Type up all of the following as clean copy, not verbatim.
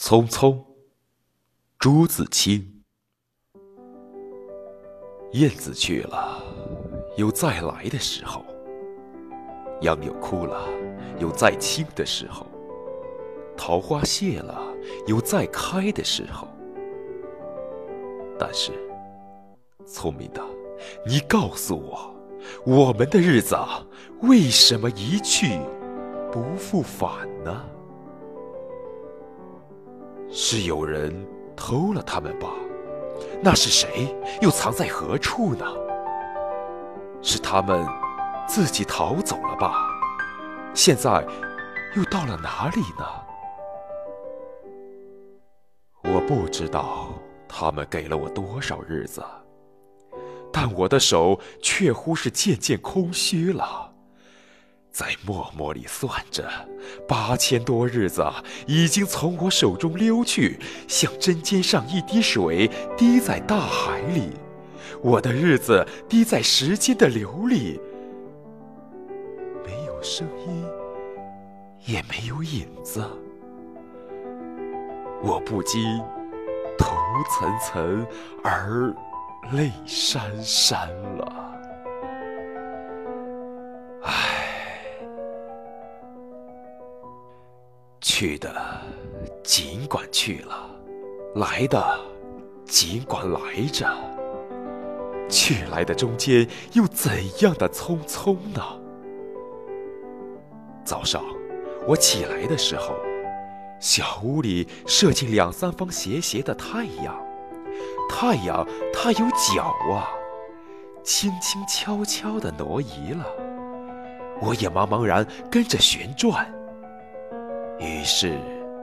匆匆，朱自清。燕子去了，有再来的时候；杨柳枯了，有再青的时候；桃花谢了，有再开的时候。但是，聪明的，你告诉我，我们的日子为什么一去不复返呢？是有人偷了他们吧？那是谁？又藏在何处呢？是他们自己逃走了吧？现在又到了哪里呢？我不知道他们给了我多少日子，但我的手确乎是渐渐空虚了。在默默里算着，8000多日子已经从我手中溜去，像针尖上一滴水滴在大海里。我的日子滴在时间的流里，没有声音，也没有影子。我不禁头涔涔而泪潸潸了。去的尽管去了，来的尽管来着，去来的中间又怎样的匆匆呢？早上我起来的时候，小屋里射进2、3方斜斜的太阳，太阳它有脚啊，轻轻悄悄地挪移了，我也茫茫然跟着旋转。于是，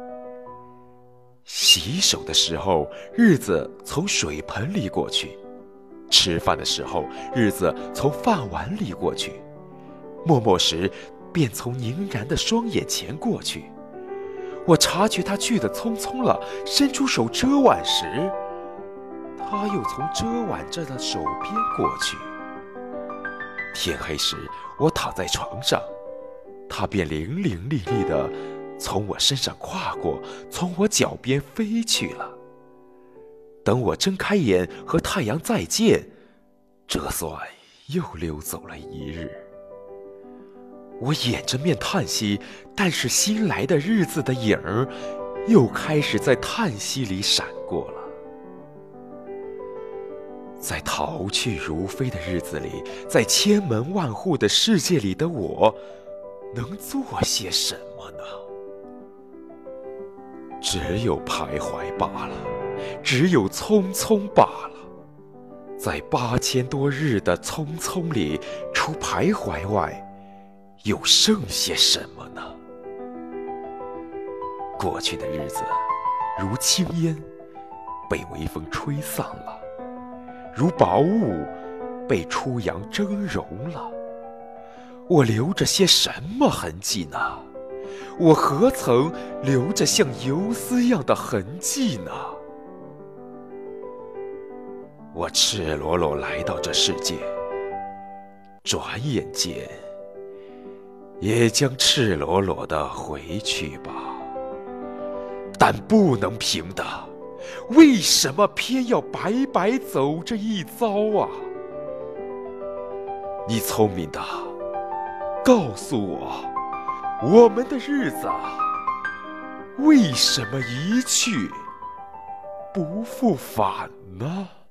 洗手的时候，日子从水盆里过去；吃饭的时候，日子从饭碗里过去；默默时，便从凝然的双眼前过去。我察觉他去得匆匆了，伸出手遮挽时，他又从遮挽着的手边过去。天黑时，我躺在床上，他便伶伶俐俐地从我身上跨过，从我脚边飞去了。等我睁开眼和太阳再见，这算又溜走了一日。我掩着面叹息，但是新来的日子的影儿又开始在叹息里闪过了。在逃去如飞的日子里，在千门万户的世界里的我，能做些什么呢？只有徘徊罢了，只有匆匆罢了。在8000多日的匆匆里，除徘徊外，又剩些什么呢？过去的日子如轻烟，被微风吹散了；如薄雾，被初阳蒸融了。我留着些什么痕迹呢？我何曾留着像游丝样的痕迹呢？我赤裸裸来到这世界，转眼间也将赤裸裸地回去吧。但不能平的，为什么偏要白白走这一遭啊？你聪明的，告诉我，我们的日子为什么一去不复返呢？